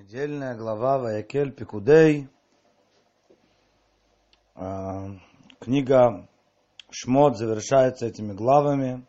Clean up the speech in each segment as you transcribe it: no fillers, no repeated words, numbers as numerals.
Недельная глава Ваякель Пикудей. Книга Шмот завершается этими главами.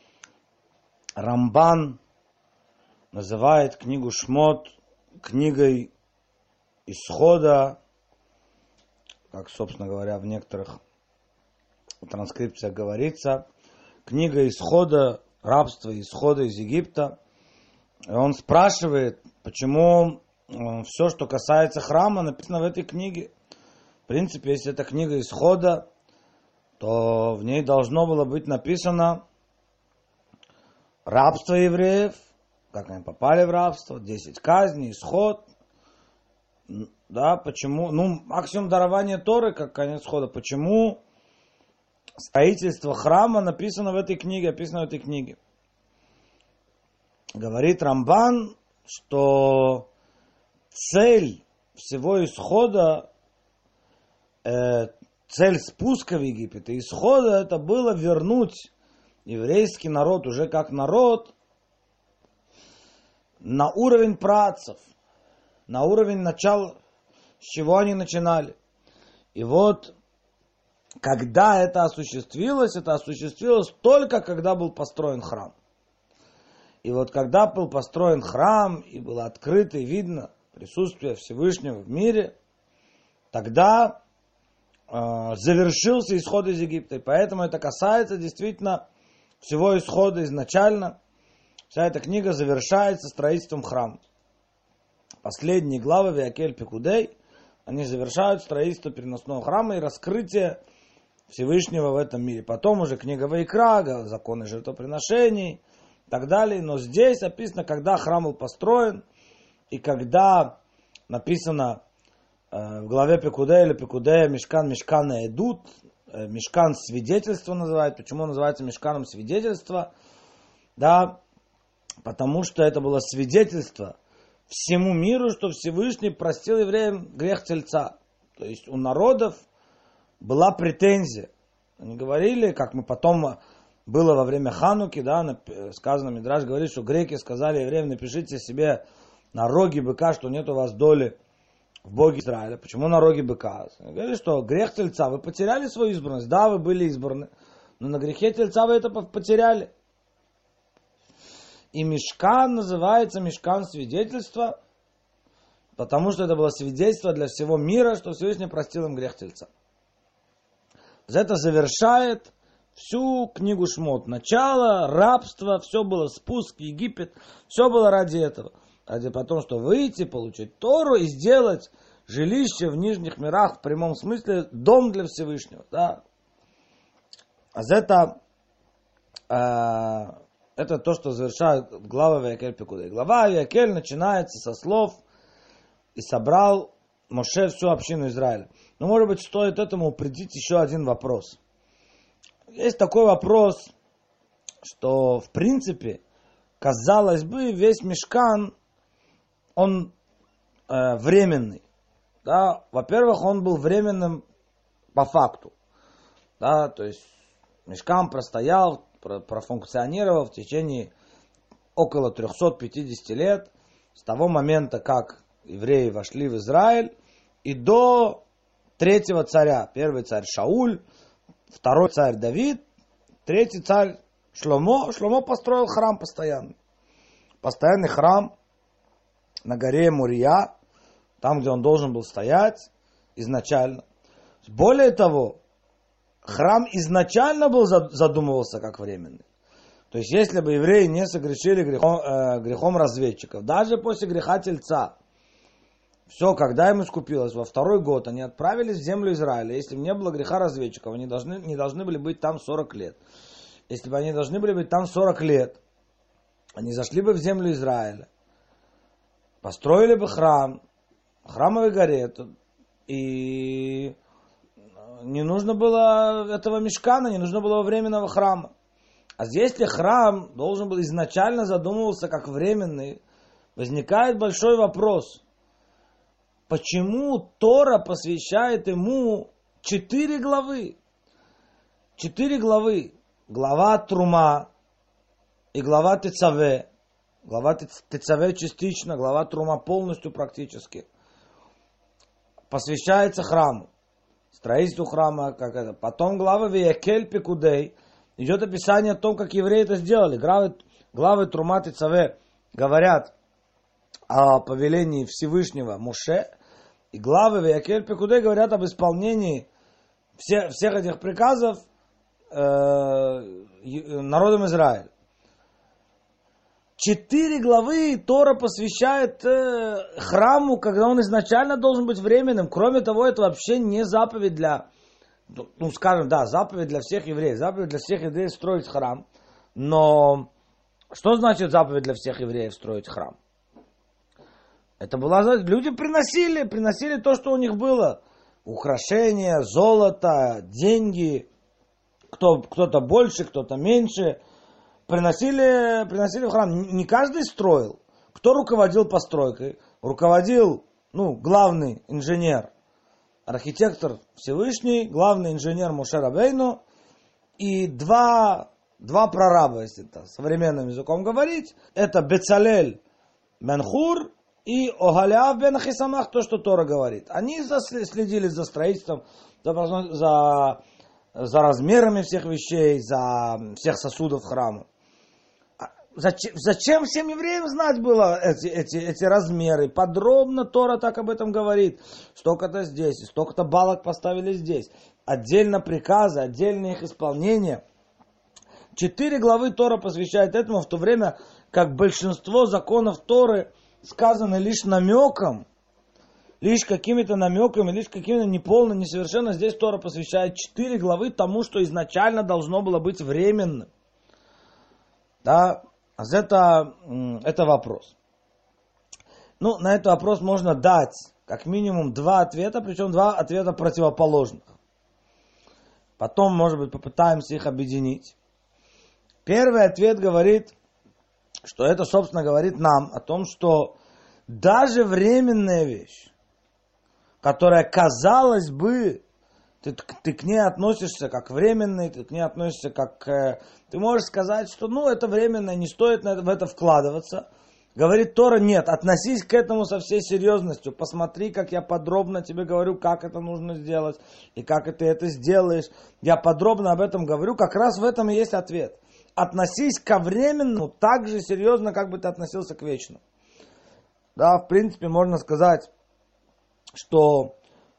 Рамбан называет книгу Шмот книгой исхода, как, собственно говоря, в некоторых транскрипциях говорится, книга исхода, рабства, исхода из Египта. И он спрашивает, почему все, что касается храма, написано в этой книге. В принципе, если это книга исхода, то в ней должно было быть написано рабство евреев, как они попали в рабство, 10 казней, исход. Да, почему? Максимум дарования Торы, как конец исхода. Почему строительство храма написано в этой книге, описано в этой книге? Говорит Рамбан, что цель всего исхода, цель спуска в Египет и исхода, это было вернуть еврейский народ уже как народ на уровень праотцев, на уровень начала, с чего они начинали. И вот, когда это осуществилось только когда был построен храм. И вот когда был построен храм и было открыто и видно присутствие Всевышнего в мире, тогда завершился исход из Египта. И поэтому это касается действительно всего исхода изначально. Вся эта книга завершается строительством храма. Последние главы Ваякель Пикудей, они завершают строительство переносного храма и раскрытие Всевышнего в этом мире. Потом уже книга Ваикра, законы жертвоприношений и так далее. Но здесь описано, когда храм был построен, и когда написано в главе Пикудея или Пикудея Мишкан Эдут, Мишкан свидетельство называют. Почему называется Мишканом свидетельство? Да, потому что это было свидетельство всему миру, что Всевышний простил евреям грех тельца. То есть у народов была претензия. Они говорили, как мы потом было во время Хануки, да, сказано, Мидраш говорит, что греки сказали евреям: напишите себе на роге быка, что нет у вас доли в Боге Израиля. Почему на роге быка? Они говорили, что грех тельца, вы потеряли свою избранность. Да, вы были избраны, но на грехе тельца вы это потеряли. И Мишкан называется Мишкан свидетельства, потому что это было свидетельство для всего мира, что Всевышний простил им грех тельца. Это завершает всю книгу Шмот. Начало, рабство, все было спуск в Египет, все было ради этого. Ради того, что выйти, получить Тору и сделать жилище в нижних мирах, в прямом смысле, дом для Всевышнего. Да. Это то, что завершает глава Ваякель Пикудей. Глава Ваякель начинается со слов: «И собрал Моше всю общину Израиля». Но, может быть, стоит этому упредить еще один вопрос. Есть такой вопрос, что, в принципе, казалось бы, весь Мишкан, он временный. Да? Во-первых, он был временным по факту. Да? То есть Мишкан простоял, профункционировал в течение около 350 лет, с того момента, как евреи вошли в Израиль, и до третьего царя. Первый царь Шауль, второй царь Давид, третий царь Шломо. Шломо построил храм постоянный. Постоянный храм на горе Мурия, там, где он должен был стоять изначально. Более того, храм изначально задумывался как временный. То есть, если бы евреи не согрешили грехом разведчиков, даже после греха тельца, все, когда им искупилось, во второй год они отправились в землю Израиля. Если бы не было греха разведчиков, они не должны были быть там 40 лет. Если бы они должны были быть там 40 лет, они зашли бы в землю Израиля, построили бы храм, храмовой горе, и не нужно было этого мишкана, не нужно было временного храма. А если храм должен был изначально задумывался как временный, возникает большой вопрос. Почему Тора посвящает ему 4 главы? 4 главы. Глава Трума и глава Тецаве. глава Тецаве частично, глава Трума полностью практически, посвящается храму, строительству храма, как это. Потом глава Веякель Пекудей, идет описание о том, как евреи это сделали. Главы Трума Тецаве говорят о повелении Всевышнего Моше, и главы Веякель Пекудей говорят об исполнении всех этих приказов народом Израиля. 4 главы Тора посвящает храму, когда он изначально должен быть временным. Кроме того, это вообще не заповедь для, заповедь для всех евреев. Заповедь для всех евреев строить храм. Но что значит заповедь для всех евреев строить храм? Это была, люди приносили то, что у них было. Украшения, золото, деньги. Кто-то больше, кто-то меньше. Приносили в храм. Не каждый строил. Кто руководил постройкой? Руководил, главный инженер, архитектор Всевышний, главный инженер Моше Рабейну и два прораба, если это современным языком говорить. Это Бецалель бен Хур и Огалиав бен Ахисамах, то, что Тора говорит. Они следили за строительством, за размерами всех вещей, за всех сосудов храма. Зачем всем евреям знать было эти размеры? Подробно Тора так об этом говорит. Столько-то здесь, столько-то балок поставили здесь. Отдельно приказы, отдельное их исполнение. 4 главы Тора посвящает этому, в то время как большинство законов Торы сказаны лишь намеком, лишь какими-то намеками, лишь какими-то неполно, несовершенно. Здесь Тора посвящает 4 главы тому, что изначально должно было быть временным. Да, это вопрос. На этот вопрос можно дать как минимум 2 ответа, причем 2 ответа противоположных. Потом, может быть, попытаемся их объединить. Первый ответ говорит, что это, собственно, говорит нам о том, что даже временная вещь, которая, казалось бы, ты к ней относишься как временной, ты к ней относишься как... Ты можешь сказать, что это временно, не стоит в это вкладываться. Говорит Тора, нет, относись к этому со всей серьезностью. Посмотри, как я подробно тебе говорю, как это нужно сделать, и как ты это сделаешь. Я подробно об этом говорю, как раз в этом и есть ответ. Относись ко временному так же серьезно, как бы ты относился к вечному. Да, в принципе, можно сказать, что...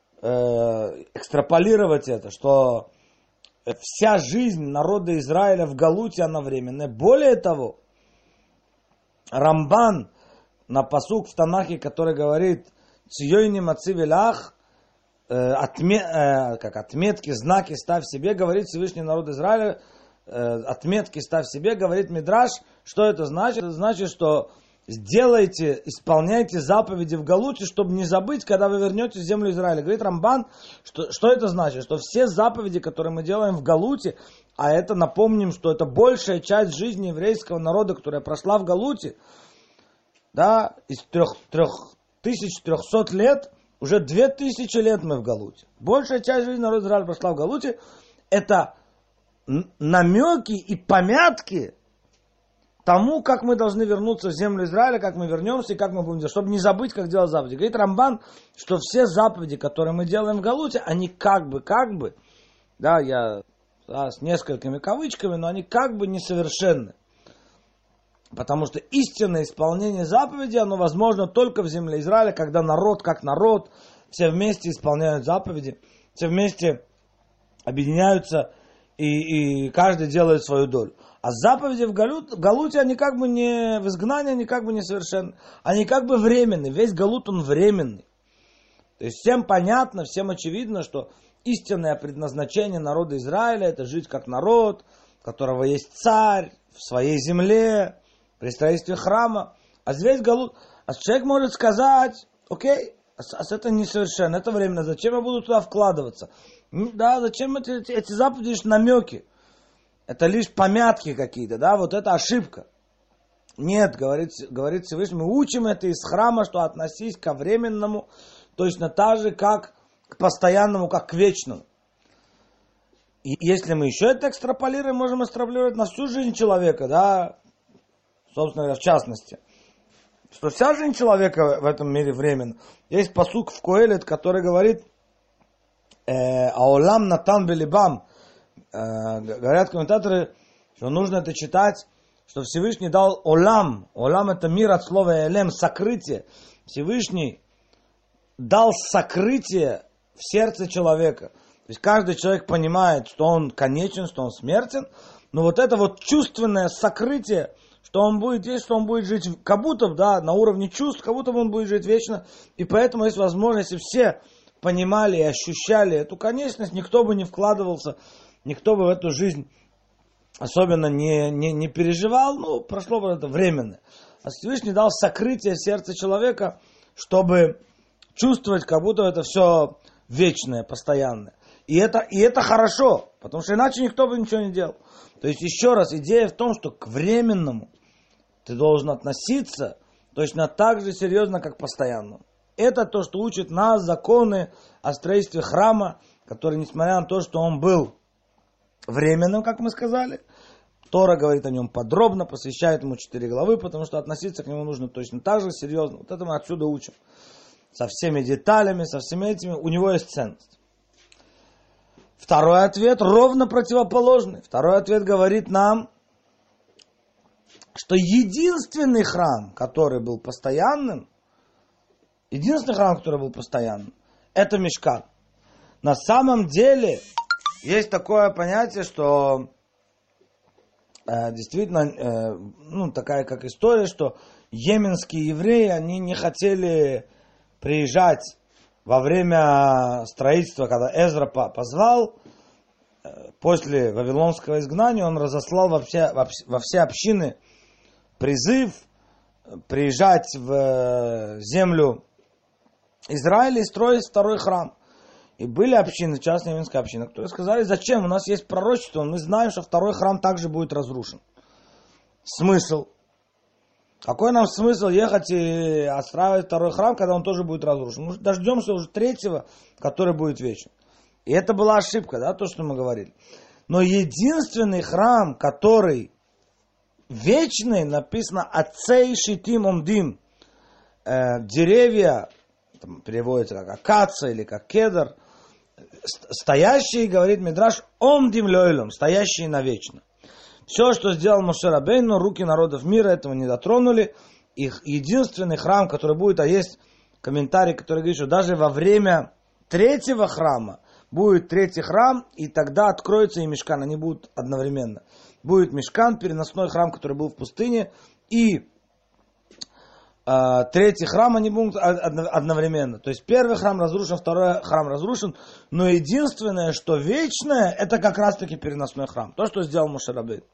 экстраполировать это, что вся жизнь народа Израиля в Галуте, она временная. Более того, Рамбан на пасук в Танахе, который говорит «Циёйни маци велах», отметки, знаки ставь себе, говорит Всевышний народ Израиля, отметки ставь себе, говорит Мидраш. Что это значит? Это значит, что исполняйте заповеди в Галуте, чтобы не забыть, когда вы вернетесь в землю Израиля. Говорит Рамбан, что это значит? Что все заповеди, которые мы делаем в Галуте, а это, напомним, что это большая часть жизни еврейского народа, которая прошла в Галуте, да, из 3300 лет, уже 2000 лет мы в Галуте. Большая часть жизни народа Израиля прошла в Галуте. Это намеки и помятки тому, как мы должны вернуться в землю Израиля, как мы вернемся и как мы будем делать, чтобы не забыть, как делать заповеди. Говорит Рамбан, что все заповеди, которые мы делаем в Галуте, они как бы, с несколькими кавычками, но они как бы несовершенны. Потому что истинное исполнение заповедей, оно возможно только в земле Израиля, когда народ, как народ, все вместе исполняют заповеди, все вместе объединяются и каждый делает свою долю. А заповеди в Галуте, они как бы не в изгнании, они как бы несовершенны. Они как бы временны. Весь Галут, он временный. То есть всем понятно, всем очевидно, что истинное предназначение народа Израиля — это жить как народ, у которого есть царь, в своей земле, при строительстве храма. А здесь Галут... А человек может сказать, окей, это несовершенно, это временно, зачем я буду туда вкладываться? Да, зачем эти заповеди, лишь намеки? Это лишь помятки какие-то, да, вот это ошибка. Нет, говорит Всевышний, мы учим это из храма, что относись ко временному точно так же, как к постоянному, как к вечному. И если мы еще это экстраполируем, можем экстраполировать на всю жизнь человека, да, собственно говоря, в частности, что вся жизнь человека в этом мире временна. Есть пасук в Коэлет, который говорит «Аолам натан белибам». Говорят комментаторы, что нужно это читать, что Всевышний дал олам. Олам — это мир от слова элем, сокрытие. Всевышний дал сокрытие в сердце человека. То есть каждый человек понимает, что он конечен, что он смертен, но вот это вот чувственное сокрытие, что он будет есть, что он будет жить как будто, да, на уровне чувств, как будто бы он будет жить вечно. И поэтому есть возможность, если все понимали и ощущали эту конечность, никто бы не вкладывался, никто бы в эту жизнь особенно не переживал, ну, прошло бы это временно. А Всевышний дал сокрытие в сердце человека, чтобы чувствовать, как будто это все вечное, постоянное. И это хорошо, потому что иначе никто бы ничего не делал. То есть, еще раз, идея в том, что к временному ты должен относиться точно так же серьезно, как к постоянному. Это то, что учит нас законы о строительстве храма, который, несмотря на то, что он был временным, как мы сказали, Тора говорит о нем подробно, посвящает ему 4 главы, потому что относиться к нему нужно точно так же серьезно. Вот это мы отсюда учим. Со всеми деталями, со всеми этими, у него есть ценность. Второй ответ ровно противоположный. Второй ответ говорит нам, что единственный храм, который был постоянным, это Мишкан. На самом деле, есть такое понятие, что действительно, такая как история, что йеменские евреи, они не хотели приезжать во время строительства, когда Эзра позвал, после Вавилонского изгнания, он разослал во все общины призыв приезжать в землю Израиля и строить второй храм. И были общины, частная еврейская община, которые сказали, зачем, у нас есть пророчество, мы знаем, что второй храм также будет разрушен. Смысл? Какой нам смысл ехать и отстраивать второй храм, когда он тоже будет разрушен? Мы дождемся уже третьего, который будет вечен. И это была ошибка, да, то, что мы говорили. Но единственный храм, который вечный, написано «Ацей шитим омдим», деревья, там переводится как акация или как кедр, стоящие, говорит Мидраш, омдим лойлом, стоящие навечно. Все, что сделал Моше Рабейну, руки народов мира этого не дотронули. Их единственный храм, который будет, а есть комментарий, который говорит, что даже во время третьего храма будет третий храм, и тогда откроется и Мишкан, они будут одновременно. Будет Мишкан, переносной храм, который был в пустыне, и третий храм, они будут одновременно. То есть первый храм разрушен, второй храм разрушен, но единственное, что вечное, это как раз-таки переносной храм. То, что сделал Моше Рабейну.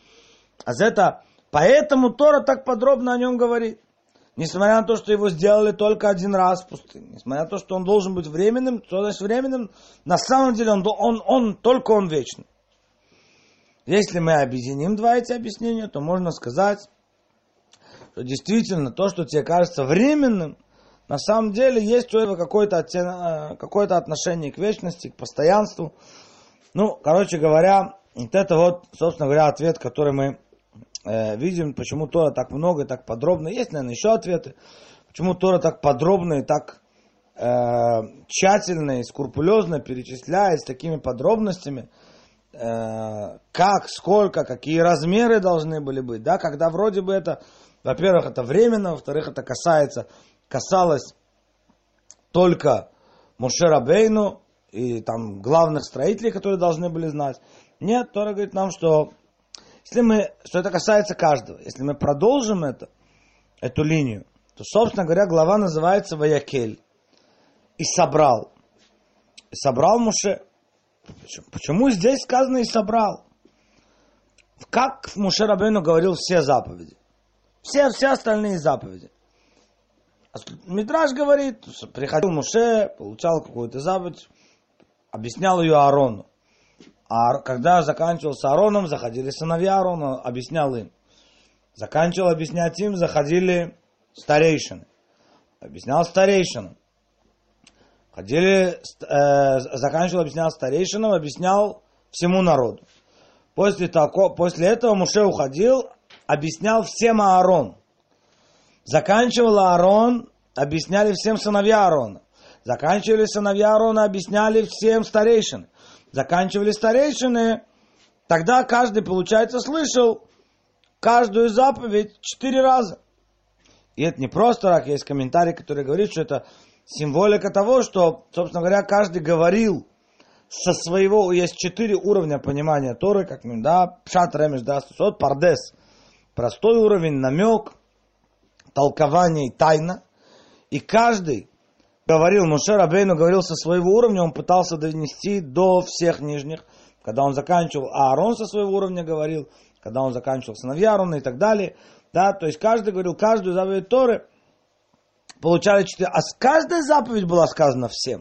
Поэтому Тора так подробно о нем говорит. Несмотря на то, что его сделали только один раз в пустыне, несмотря на то, что он должен быть временным, то значит временным, на самом деле только он вечный. Если мы объединим два эти объяснения, то можно сказать, что действительно то, что тебе кажется временным, на самом деле есть у этого какое-то отношение к вечности, к постоянству. Короче говоря, вот это вот, собственно говоря, ответ, который мы видим, почему Тора так много и так подробно. Есть, наверное, еще ответы, почему Тора так подробно и так тщательно и скрупулезно перечисляет с такими подробностями, как, сколько, какие размеры должны были быть, да, когда вроде бы это, во-первых, это временно, во-вторых, это касалось только Моше Рабейну и там главных строителей, которые должны были знать. Нет, Тора говорит нам, что это касается каждого. Если мы продолжим эту линию, то, собственно говоря, глава называется Ваякель. И собрал. И собрал Моше. Почему здесь сказано и собрал? Как Моше Рабейну говорил все заповеди? Все остальные заповеди. Мидраш говорит, приходил Моше, получал какую-то заповедь, объяснял ее Аарону. А когда заканчивался Аароном, заходили сыновья Аарона, объяснял им. Заканчивал объяснять им, заходили старейшины. Объяснял старейшинам. Заканчивал объяснять старейшинам, объяснял всему народу. После этого Моше уходил, объяснял всем Аарон. Заканчивал Аарон, объясняли всем сыновья Аарона. Заканчивали сыновья Аарона, объясняли всем старейшины. Заканчивали старейшины, тогда каждый, получается, слышал каждую заповедь 4 раза. И это не просто так, есть комментарий, который говорит, что это символика того, что, собственно говоря, каждый говорил со своего, есть 4 уровня понимания Торы, как мы, да, пшат, ремеш, да, сот, пардес. Простой уровень, намек, толкование и тайна. И каждый говорил, Моше Рабейну говорил со своего уровня, он пытался донести до всех нижних. Когда он заканчивал, Аарон со своего уровня говорил, когда он заканчивал сыновья Аарона и так далее. Да, то есть каждый говорил, каждую заповедь Торы получали 4. А каждая заповедь была сказана всем.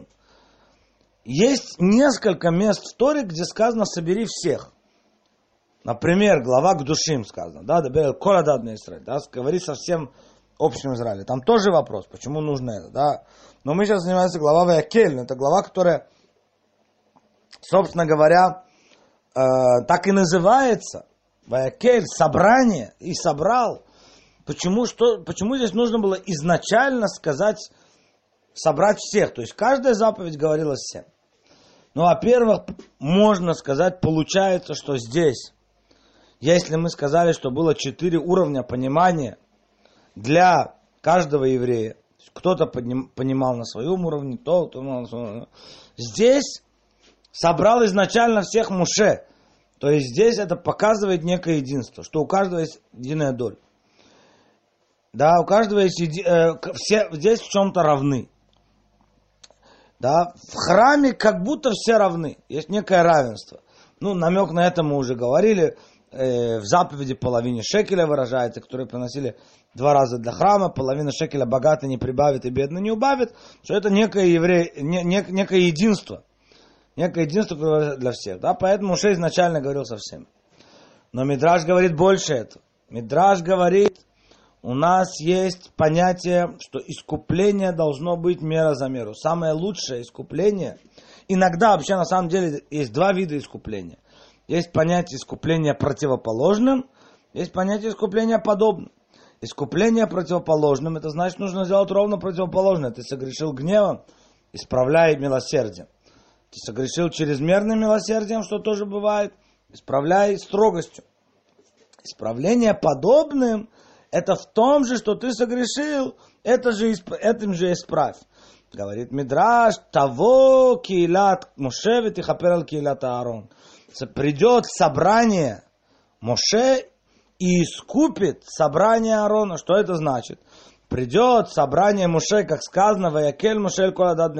Есть несколько мест в Торе, где сказано «собери всех». Например, глава к душим сказано, да, «Кола дадна Исраэль», да, говори со всем общим Израилем. Там тоже вопрос, почему нужно это, да. Но мы сейчас занимаемся глава Ваякель, это глава, которая, собственно говоря, так и называется, Ваякель, собрание, и собрал. Почему здесь нужно было изначально сказать, собрать всех? То есть каждая заповедь говорила всем. Ну, во-первых, можно сказать, получается, что здесь, если мы сказали, что было 4 уровня понимания для каждого еврея, кто-то понимал на своем уровне, кто понимал на своем уровне. Здесь собрал изначально всех Моше. То есть здесь это показывает некое единство, что у каждого есть единая доля. Да, у каждого есть все здесь в чем-то равны. Да, в храме как будто все равны, есть некое равенство. Ну, намек на это мы уже говорили. В заповеди половине шекеля выражается, которые приносили 2 раза для храма, половина шекеля богатый не прибавит и бедный не убавит, что это некое единство. Некое единство для всех. Да? Поэтому Моше изначально говорил со всеми. Но Мидраш говорит больше этого. Мидраш говорит, у нас есть понятие, что искупление должно быть мера за меру. Самое лучшее искупление, иногда вообще на самом деле есть 2 вида искупления. Есть понятие искупления противоположным, есть понятие искупления подобным. Искупление противоположным, это значит, нужно сделать ровно противоположное. Ты согрешил гневом, исправляй милосердием. Ты согрешил чрезмерным милосердием, что тоже бывает, исправляй строгостью. Исправление подобным, это в том же, что ты согрешил, этим же исправь. Говорит Мидраш, того киилат Моше ветихапер киилат Аарон. Придет собрание Моше и искупит собрание Аарона. Что это значит? Придет собрание Моше, как сказано, Ваякель Моше кола дадна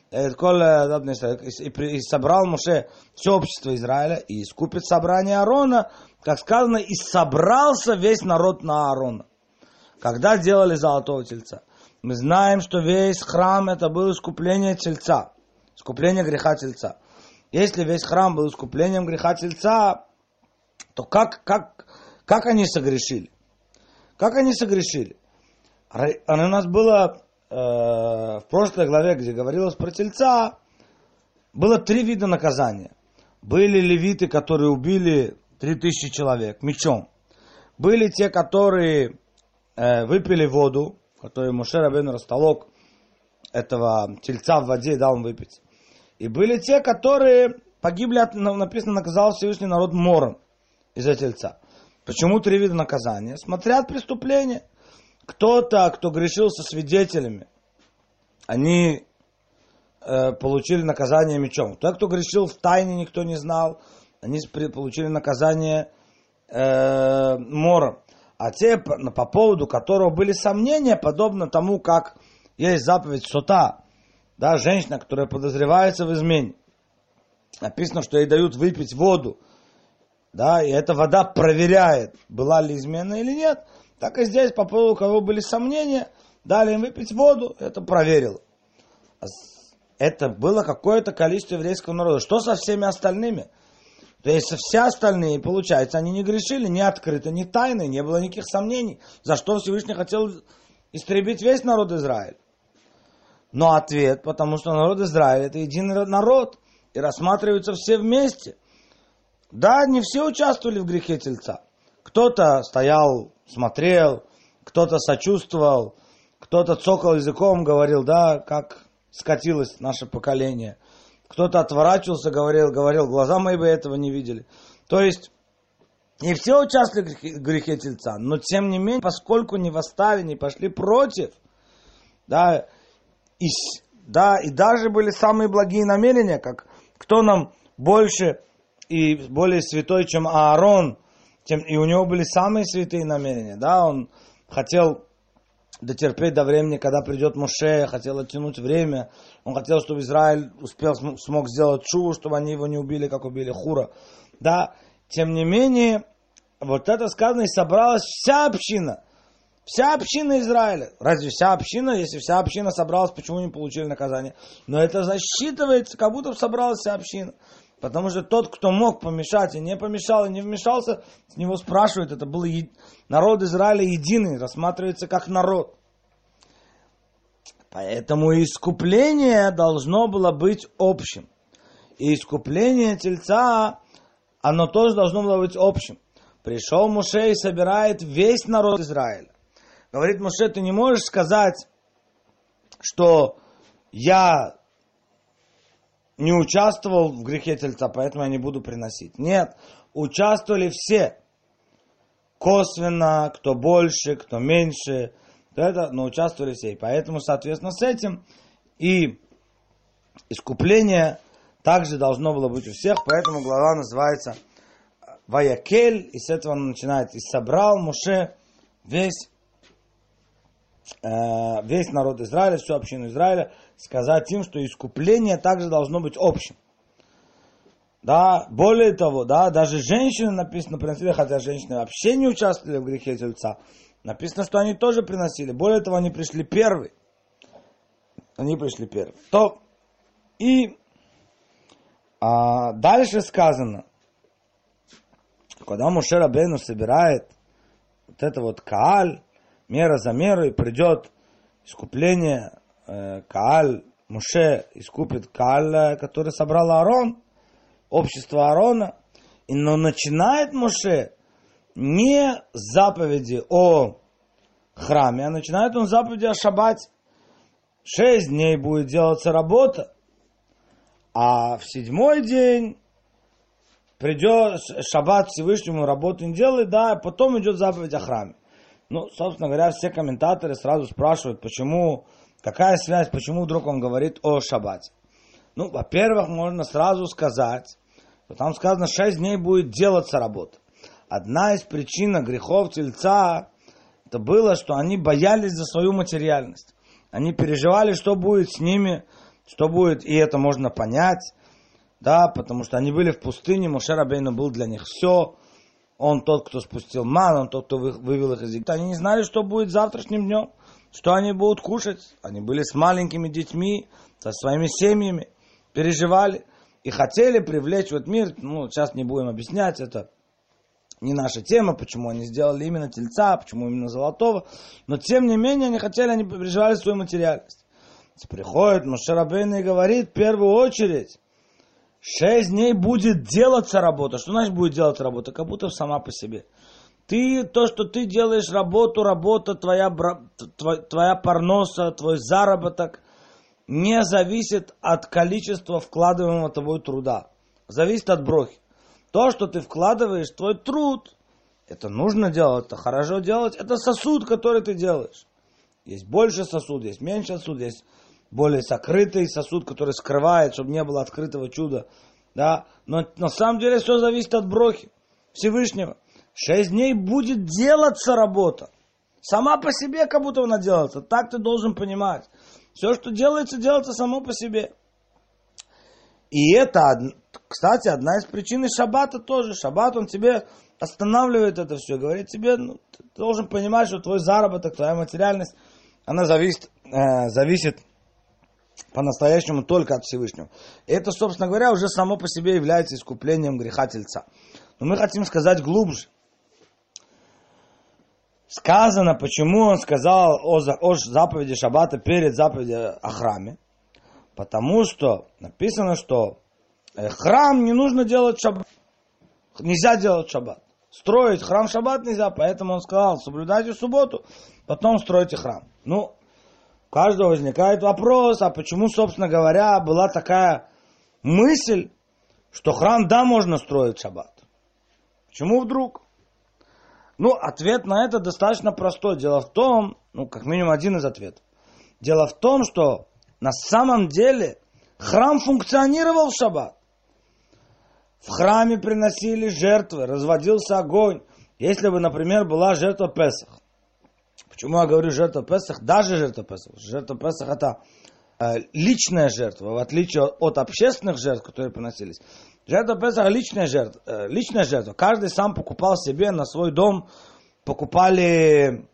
и собрал Моше все общество Израиля и искупит собрание Аарона, как сказано, и собрался весь народ на Аарона. Когда делали золотого тельца? Мы знаем, что весь храм это было искупление тельца, искупление греха тельца. Если весь храм был искуплением греха тельца, то как они согрешили? Как они согрешили? У нас было в прошлой главе, где говорилось про тельца, было 3 вида наказания. Были левиты, которые убили 3000 человек мечом. Были те, которые выпили воду, которую Моше Рабейну растолок этого тельца в воде и дал им выпить. И были те, которые погибли, написано, наказал Всевышний народ мором из-за тельца. Почему 3 вида наказания? Смотря от преступления. Кто-то, кто грешил со свидетелями, они получили наказание мечом. Тот, кто грешил в тайне, никто не знал, они получили наказание мором. А те, по поводу которого были сомнения, подобно тому, как есть заповедь сота, да, женщина, которая подозревается в измене. Написано, что ей дают выпить воду, да, и эта вода проверяет, была ли измена или нет. Так и здесь, по поводу кого были сомнения, дали им выпить воду, это проверило. Это было какое-то количество еврейского народа. Что со всеми остальными? То есть все остальные, получается, они не грешили, ни открыто, ни тайно, не было никаких сомнений, за что Всевышний хотел истребить весь народ Израиля. Но ответ, потому что народ Израиля это единый народ, и рассматриваются все вместе. Да, не все участвовали в грехе тельца. кто-то стоял, смотрел, кто-то сочувствовал, кто-то цокал языком, говорил, да, как скатилось наше поколение. Кто-то отворачивался, говорил, глаза мои бы этого не видели. То есть, не все участвовали в грехе тельца, но тем не менее, поскольку не восстали, не пошли против, да, и даже были самые благие намерения, как кто нам больше и более святой, чем Аарон, и у него были самые святые намерения, да, он хотел дотерпеть до времени, когда придет Моше, хотел оттянуть время, он хотел, чтобы Израиль смог сделать шуву, чтобы они его не убили, как убили Хура, да, тем не менее, вот это сказано, и собралась вся община Израиля. Разве вся община? Если вся община собралась, почему не получили наказание? Но это засчитывается, как будто собралась вся община. Потому что тот, кто мог помешать и не помешал, и не вмешался, с него спрашивают, это был народ Израиля единый, рассматривается как народ. Поэтому искупление должно было быть общим. И искупление тельца, оно тоже должно было быть общим. Пришел Моше и собирает весь народ Израиля. Говорит Моше, ты не можешь сказать, что я не участвовал в грехе тельца, поэтому я не буду приносить. Нет, участвовали все. Косвенно, кто больше, кто меньше, но участвовали все. И поэтому, соответственно, с этим и искупление также должно было быть у всех, поэтому глава называется Ваякель, и с этого он начинает. И собрал Моше весь народ Израиля, всю общину Израиля, сказать им, что искупление также должно быть общим. Да, более того, да, даже женщины, написано, приносили, хотя женщины вообще не участвовали в грехе тельца, написано, что они тоже приносили. Более того, они пришли первые. Дальше сказано, когда Моше Рабейну собирает вот это вот Кааль, мера за меру, и придет искупление, Кааль, Моше искупит Кааль, который собрал Аарон, общество Аарона, но начинает Моше не с заповеди о храме, а начинает он с заповеди о шаббате. 6 дней будет делаться работа, а в 7-й день придет шаббат Всевышнему, работу не делает, да, а потом идет заповедь о храме. Ну, собственно говоря, все комментаторы сразу спрашивают, какая связь, почему вдруг он говорит о шаббате. Ну, во-первых, можно сразу сказать, что там сказано, 6 дней будет делаться работа. Одна из причин грехов тельца, это было, что они боялись за свою материальность. Они переживали, что будет с ними, и это можно понять, да, потому что они были в пустыне, Моше Рабейну был для них все. Он тот, кто спустил ману, он тот, кто вывел их из Египта. Они не знали, что будет завтрашним днем, что они будут кушать. Они были с маленькими детьми, со своими семьями, переживали и хотели привлечь в этот мир. Ну, сейчас не будем объяснять, это не наша тема, почему они сделали именно тельца, почему именно золотого. Но тем не менее, они переживали свою материальность. Приходит Моше Рабейну и говорит, в первую очередь, 6 дней будет делаться работа. Что значит будет делаться работа? Как будто сама по себе. То, что ты делаешь работа, твоя парноса, твой заработок, не зависит от количества вкладываемого тобой труда. Зависит от брохи. То, что ты вкладываешь, твой труд, это нужно делать, это хорошо делать, это сосуд, который ты делаешь. Есть больше сосуд, есть меньше сосуд, есть более сокрытый сосуд, который скрывает, чтобы не было открытого чуда. Да? Но на самом деле все зависит от брохи Всевышнего. 6 дней будет делаться работа. Сама по себе как будто она делается. Так ты должен понимать. Все, что делается, делается само по себе. И это, кстати, одна из причин шаббата тоже. Шаббат, он тебе останавливает это все. Говорит тебе, ты должен понимать, что твой заработок, твоя материальность, она зависит по-настоящему только от Всевышнего. И это, собственно говоря, уже само по себе является искуплением греха тельца. Но мы хотим сказать глубже. Сказано, почему он сказал о заповеди шаббата перед заповедью о храме. Потому что написано, что храм не нужно делать шаббат. Нельзя делать шаббат. Строить храм в шаббат нельзя, поэтому он сказал, соблюдайте субботу, потом стройте храм. Ну, у каждого возникает вопрос, а почему, собственно говоря, была такая мысль, что храм, да, можно строить в шаббат? Почему вдруг? Ну, ответ на это достаточно простой. Дело в том, как минимум один из ответов. Дело в том, что на самом деле храм функционировал в шаббат. В храме приносили жертвы, разводился огонь. Если бы, например, была жертва Песах. Почему я говорю жертва Песах? Даже жертва Песах. Жертва Песах это личная жертва, в отличие от общественных жертв, которые приносились. Жертва Песах личная жертва. Каждый сам покупал себе на свой дом, покупали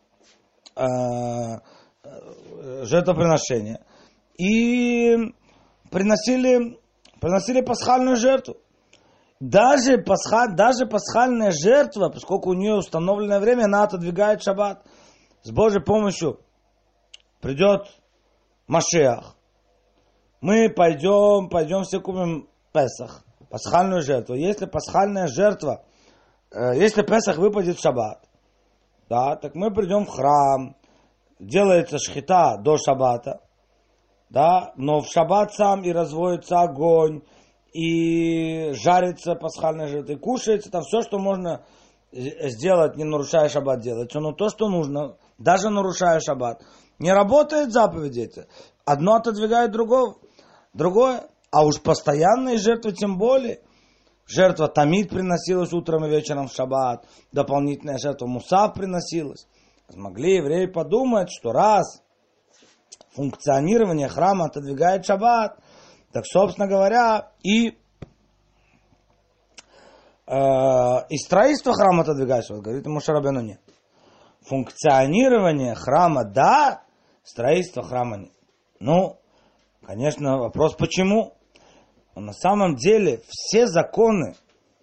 жертвоприношение и приносили пасхальную жертву. Даже пасхальная жертва, поскольку у нее установленное время, она отодвигает шаббат. С Божьей помощью придет Машиах. Мы пойдем все купим Песах, пасхальную жертву. Если пасхальная жертва, если Песах выпадет в шаббат, да, так мы придем в храм, делается шхита до шаббата, да, но в шаббат сам и разводится огонь, и жарится пасхальная жертва, и кушается там все, что можно сделать, не нарушая шаббат, делается. Но то, что нужно, даже нарушая шаббат, не работает заповеди эти. Одно отодвигает другое. А уж постоянные жертвы тем более. Жертва тамид приносилась утром и вечером в шаббат. Дополнительная жертва мусав приносилась. Могли евреи подумать, что раз функционирование храма отодвигает шаббат, так, собственно говоря, и строительство храма отодвигает шаббат. Говорит Моше Рабейну, нет. Функционирование храма да, строительство храма нет. Ну, конечно, вопрос почему. Но на самом деле все законы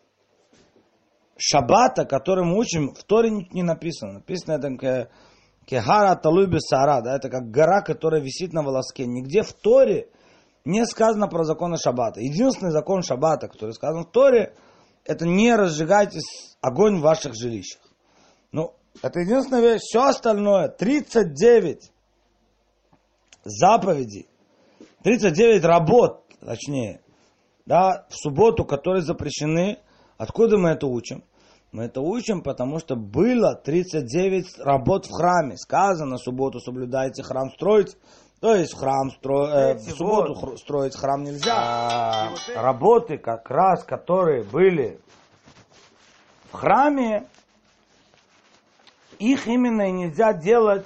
шаббата, которые мы учим, в Торе не написано. Написано это кехара талуй бесара, да, это как гора, которая висит на волоске. Нигде в Торе не сказано про законы шаббата. Единственный закон шаббата, который сказан в Торе, это не разжигайте огонь в ваших жилищах. Ну, это единственная вещь. Все остальное, 39 заповедей, 39 работ, точнее, да, в субботу, которые запрещены. Откуда мы это учим? Мы это учим, потому что было 39 работ в храме. Сказано, в субботу соблюдайте, храм строить. То есть в субботу строить храм нельзя. А работы, как раз, которые были в храме, их именно и нельзя делать,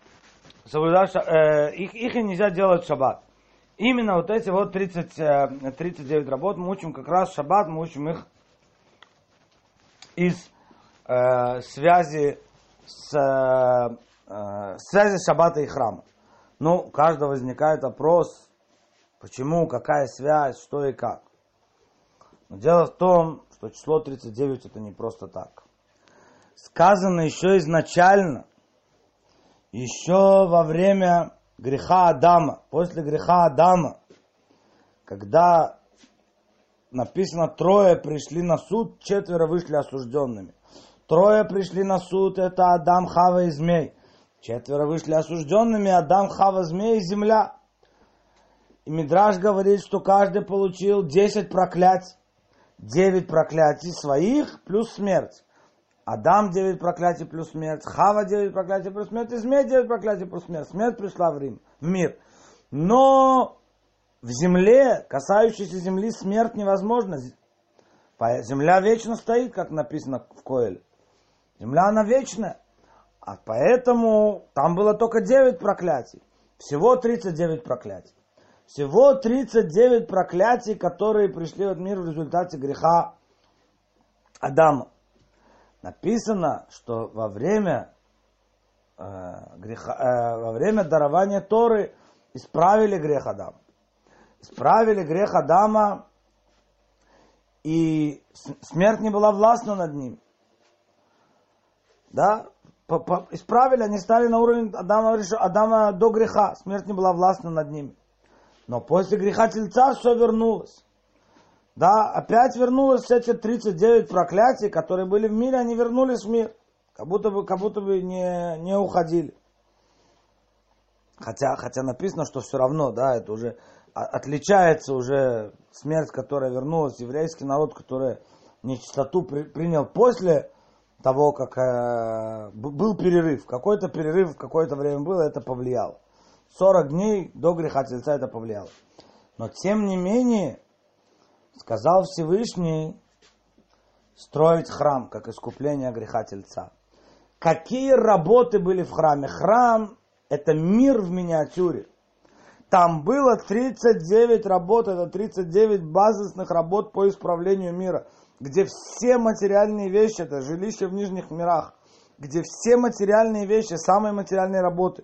их и нельзя делать в шаббат. Именно вот эти вот 39 работ мы учим как раз в шаббат, мы учим их из связи шаббата и храма. Ну, у каждого возникает вопрос, почему, какая связь, что и как. Но дело в том, что число 39 это не просто так. Сказано еще изначально, еще во время греха Адама, после греха Адама, когда написано, 3 пришли на суд, 4 вышли осужденными. 3 пришли на суд, это Адам, Хава и змей. 4 вышли осужденными, Адам, Хава, змей и земля. И Мидраш говорит, что каждый получил 10 проклятий. 9 проклятий своих плюс смерть. Адам 9 проклятий плюс смерть, Хава 9 проклятий плюс смерть, и змей 9 проклятий плюс смерть. Смерть пришла в мир. Но в земле, касающейся земли, смерть невозможна. Земля вечно стоит, как написано в Коэле. Земля, она вечная. А поэтому там было только 9 проклятий. Всего 39 проклятий. Всего 39 проклятий, которые пришли в мир в результате греха Адама. Написано, что во время дарования Торы исправили грех Адама. Исправили грех Адама, и смерть не была властна над ним. Да? Исправили, они стали на уровень Адама до греха. Смерть не была властна над ним. Но после греха Тельца все вернулось. Да, опять вернулось эти 39 проклятий, которые были в мире, они вернулись в мир. Как будто бы не уходили. Хотя написано, что все равно, да, это уже отличается уже смерть, которая вернулась, еврейский народ, который нечистоту принял после того, как был перерыв. Какой-то перерыв, какое-то время было, это повлияло. 40 дней до греха тельца это повлияло. Но тем не менее, сказал Всевышний строить храм, как искупление греха тельца. Какие работы были в храме? Храм — это мир в миниатюре. Там было 39 работ, это 39 базисных работ по исправлению мира, где все материальные вещи, это жилище в нижних мирах, где все материальные вещи, самые материальные работы,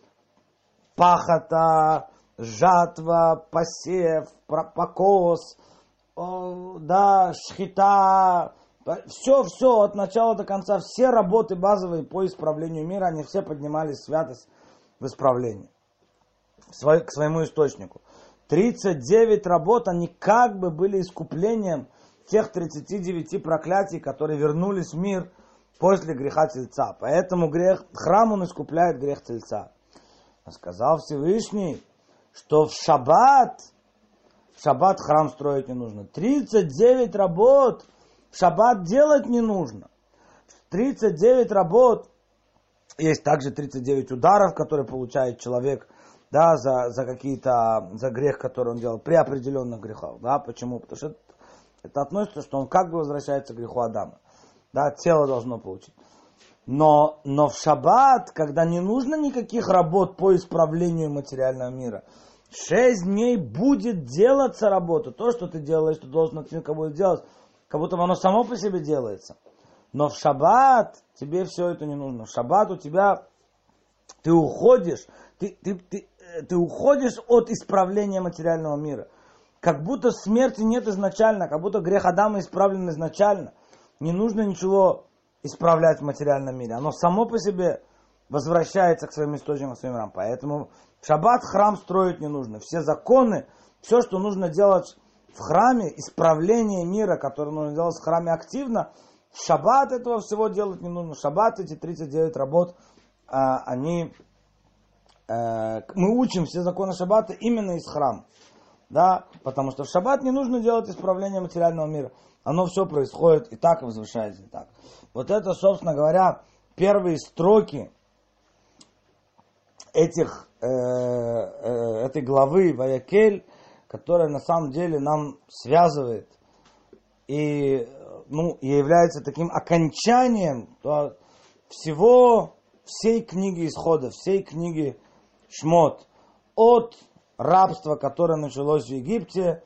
пахота, жатва, посев, покос, да, шхита, все от начала до конца, все работы базовые по исправлению мира, они все поднимались в святость в исправлении, к своему источнику. 39 работ, они как бы были искуплением тех 39 проклятий, которые вернулись в мир после греха тельца. Поэтому храм он искупляет грех тельца. Сказал Всевышний, что в шаббат храм строить не нужно. 39 работ в шаббат делать не нужно. 39 работ, есть также 39 ударов, которые получает человек, да, за грех, который он делал, при определенных грехах. Да, почему? Потому что это относится, что он как бы возвращается к греху Адама. Да, тело должно получить. Но в шаббат, когда не нужно никаких работ по исправлению материального мира, 6 дней будет делаться работа. То, что ты делаешь, ты должен от человека будет делать, как будто оно само по себе делается. Но в шаббат тебе все это не нужно. В шаббат у тебя ты уходишь от исправления материального мира. Как будто смерти нет изначально, как будто грех Адама исправлен изначально. Не нужно ничего исправлять в материальном мире. Оно само по себе возвращается к своим источникам, к своим мирам. Поэтому в шаббат храм строить не нужно. Все законы, все, что нужно делать в храме, исправление мира, которое нужно делать в храме активно, в шаббат этого всего делать не нужно. В шаббат эти 39 работ, мы учим все законы шаббата именно из храма. Да, потому что в шаббат не нужно делать исправление материального мира. Оно все происходит и так, и возвышается и так. Вот это, собственно говоря, первые строки этой главы Ваякель, которая на самом деле нам связывает и является таким окончанием всей книги Исхода, всей книги Шмот, от рабства, которое началось в Египте,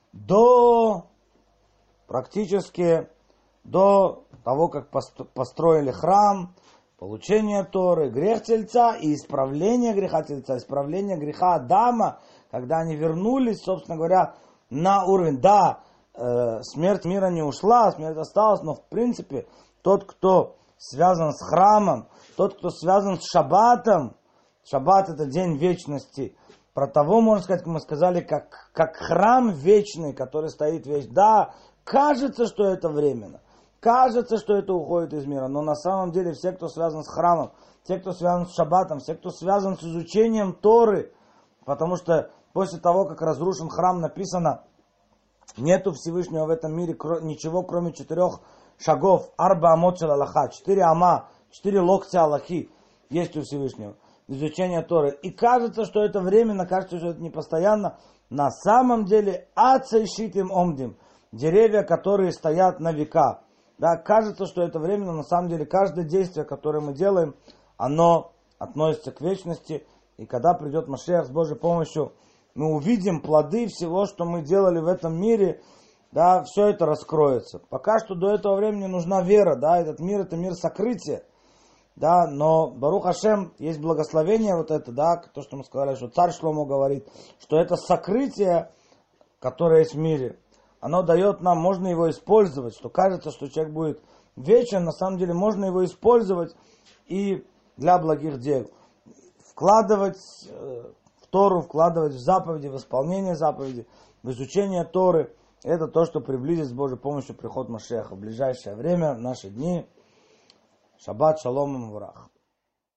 практически до того, как построили храм, получение Торы, грех тельца и исправление греха тельца, исправление греха Адама, когда они вернулись, собственно говоря, на уровень. Да, смерть мира не ушла, смерть осталась, но в принципе тот, кто связан с храмом, тот, кто связан с шаббатом, шаббат — это день вечности. Про того, можно сказать, как мы сказали, как храм вечный, который стоит вечно. Да, кажется, что это временно. Кажется, что это уходит из мира. Но на самом деле все, кто связан с храмом, те, кто связан с шаббатом, все, кто связан с изучением Торы, потому что после того, как разрушен храм, написано, нету Всевышнего в этом мире ничего, кроме 4 шагов. Арба амот шел Аллаха. 4 ама, 4 локтя Аллахи есть у Всевышнего. Изучение Торы. И кажется, что это временно, кажется, что это не постоянно. На самом деле, аца и шитим омдим. Деревья, которые стоят на века. Да, кажется, что это временно. На самом деле, каждое действие, которое мы делаем, оно относится к вечности. И когда придет Машиах с Божьей помощью, мы увидим плоды всего, что мы делали в этом мире. Да, все это раскроется. Пока что до этого времени нужна вера. Да, этот мир — это мир сокрытия. Да, но Барух Ашем, есть благословение вот это, да, то, что мы сказали, что царь Шломо говорит, что это сокрытие, которое есть в мире, оно дает нам, можно его использовать, что кажется, что человек будет вечен, на самом деле можно его использовать и для благих дел. Вкладывать в Тору, вкладывать в заповеди, в исполнение заповедей, в изучение Торы, Это то, что приблизит с Божьей помощью приход Машеха в ближайшее время, в наши дни. Шаббат шалом врах.